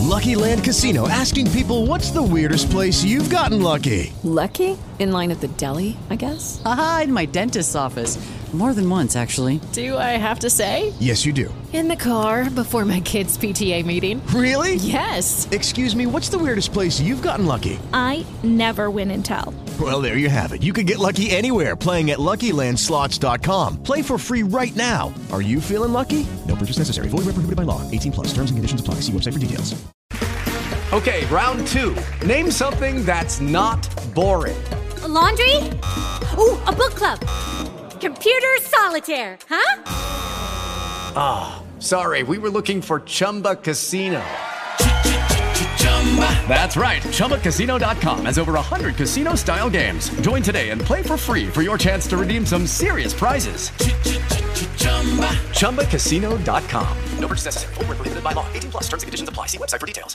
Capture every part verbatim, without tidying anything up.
Lucky Land Casino, asking people, what's the weirdest place you've gotten lucky? Lucky? In line at the deli, I guess? Aha, in my dentist's office. More than once, actually. Do I have to say? Yes, you do. In the car before my kids' P T A meeting. Really? Yes. Excuse me, what's the weirdest place you've gotten lucky? I never win and tell. Well, there you have it. You can get lucky anywhere, playing at Lucky Land Slots dot com. Play for free right now. Are you feeling lucky? No purchase necessary. Void where prohibited by law. eighteen plus. Terms and conditions apply. See website for details. Okay, round two. Name something that's not boring. A laundry? Ooh, a book club. Computer solitaire, huh? Ah, oh, sorry. We were looking for Chumba Casino. That's right. Chumba Casino dot com has over one hundred casino-style games. Join today and play for free for your chance to redeem some serious prizes. Chumba Casino dot com. No purchase necessary. Void where prohibited by law. eighteen plus. Terms and conditions apply. See website for details.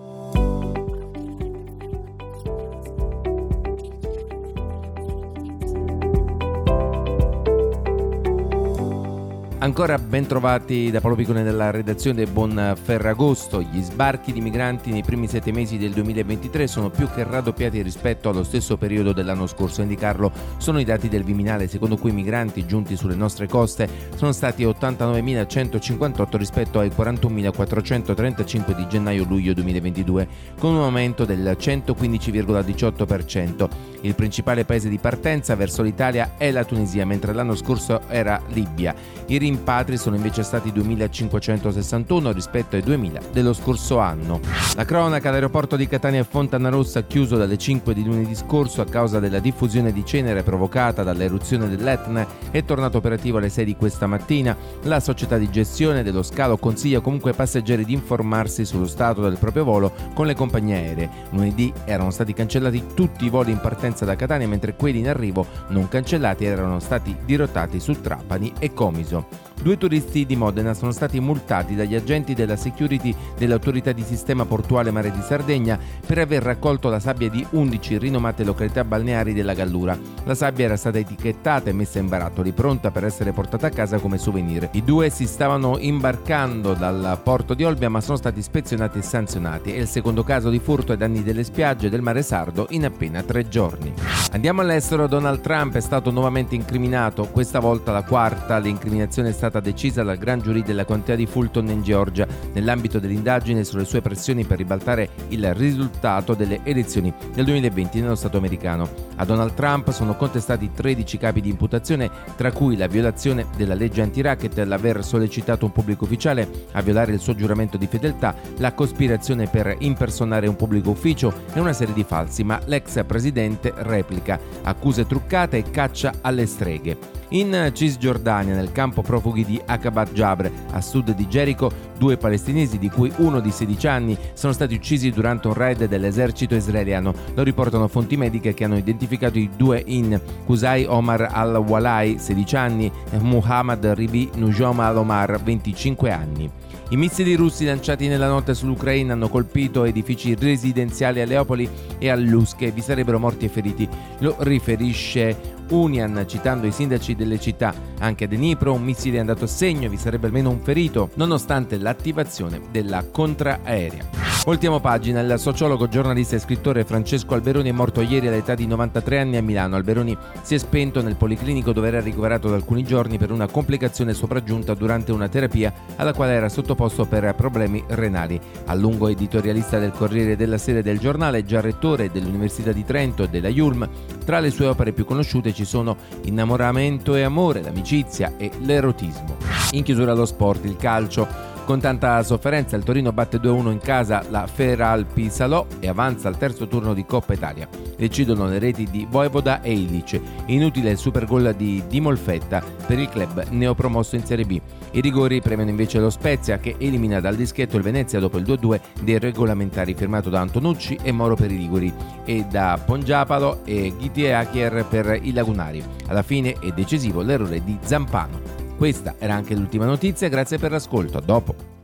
Ancora ben trovati da Paolo Piccone della redazione di Buon Ferragosto. Gli sbarchi di migranti nei primi sette mesi del duemilaventitré sono più che raddoppiati rispetto allo stesso periodo dell'anno scorso. A indicarlo sono i dati del Viminale, secondo cui i migranti giunti sulle nostre coste sono stati ottantanovemilacentocinquantotto rispetto ai quarantunomilaquattrocentotrentacinque di gennaio-luglio duemilaventidue, con un aumento del centoquindici virgola diciotto per cento. Il principale paese di partenza verso l'Italia è la Tunisia, mentre l'anno scorso era Libia. I rimpatri sono invece stati duemilacinquecentosessantuno rispetto ai duemila dello scorso anno. La cronaca: l'aeroporto di Catania e Fontanarossa, chiuso dalle cinque di lunedì scorso a causa della diffusione di cenere provocata dall'eruzione dell'Etna, è tornato operativo alle sei di questa mattina. La società di gestione dello scalo consiglia comunque ai passeggeri di informarsi sullo stato del proprio volo con le compagnie aeree. Lunedì erano stati cancellati tutti i voli in partenza da Catania, mentre quelli in arrivo non cancellati erano stati dirottati su Trapani e Comiso. Due turisti di Modena sono stati multati dagli agenti della security dell'autorità di sistema portuale Mare di Sardegna per aver raccolto la sabbia di undici rinomate località balneari della Gallura. La sabbia era stata etichettata e messa in barattoli, pronta per essere portata a casa come souvenir. I due si stavano imbarcando dal porto di Olbia, ma sono stati ispezionati e sanzionati. È il secondo caso di furto ai danni delle spiagge del Mare Sardo in appena tre giorni. Andiamo all'estero. Donald Trump è stato nuovamente incriminato, questa volta la quarta. L'incriminazione è stata decisa dal Gran Giurì della contea di Fulton in Georgia nell'ambito dell'indagine sulle sue pressioni per ribaltare il risultato delle elezioni del duemilaventi nello Stato americano. A Donald Trump sono contestati tredici capi di imputazione, tra cui la violazione della legge anti-racket, l'aver sollecitato un pubblico ufficiale a violare il suo giuramento di fedeltà, la cospirazione per impersonare un pubblico ufficio e una serie di falsi, ma l'ex presidente replica accuse truccate e caccia alle streghe. In Cisgiordania, nel campo profughi di Aqaba Jabr, a sud di Gerico, due palestinesi, di cui uno di sedici anni, sono stati uccisi durante un raid dell'esercito israeliano. Lo riportano fonti mediche che hanno identificato i due in Qusay Omar al-Walai, sedici anni, e Muhammad Ribi Nujom al-Omar, venticinque anni. I missili russi lanciati nella notte sull'Ucraina hanno colpito edifici residenziali a Leopoli e a Lutsk e vi sarebbero morti e feriti. Lo riferisce Unian, citando i sindaci delle città. Anche a Dnipro un missile è andato a segno e vi sarebbe almeno un ferito, nonostante l'attivazione della contraerea. Voltiamo pagina. Il sociologo, giornalista e scrittore Francesco Alberoni è morto ieri all'età di novantatré anni a Milano. Alberoni si è spento nel policlinico dove era ricoverato da alcuni giorni per una complicazione sopraggiunta durante una terapia alla quale era sottoposto per problemi renali. A lungo editorialista del Corriere della Sera e del Giornale, già rettore dell'Università di Trento e della Yulm, tra le sue opere più conosciute ci sono Innamoramento e amore, l'amicizia e l'erotismo. In chiusura allo sport, il calcio. Con tanta sofferenza il Torino batte due a uno in casa la Feralpi Salò e avanza al terzo turno di Coppa Italia. Decidono le reti di Vojvoda e Ilic. Inutile il super gol di Di Molfetta per il club neopromosso in Serie B. I rigori premiano invece lo Spezia, che elimina dal dischetto il Venezia dopo il due a due dei regolamentari, firmato da Antonucci e Moro per i liguri e da Pongiapalo e Ghitieachier per i lagunari. Alla fine è decisivo l'errore di Zampano. Questa era anche l'ultima notizia, grazie per l'ascolto, a dopo.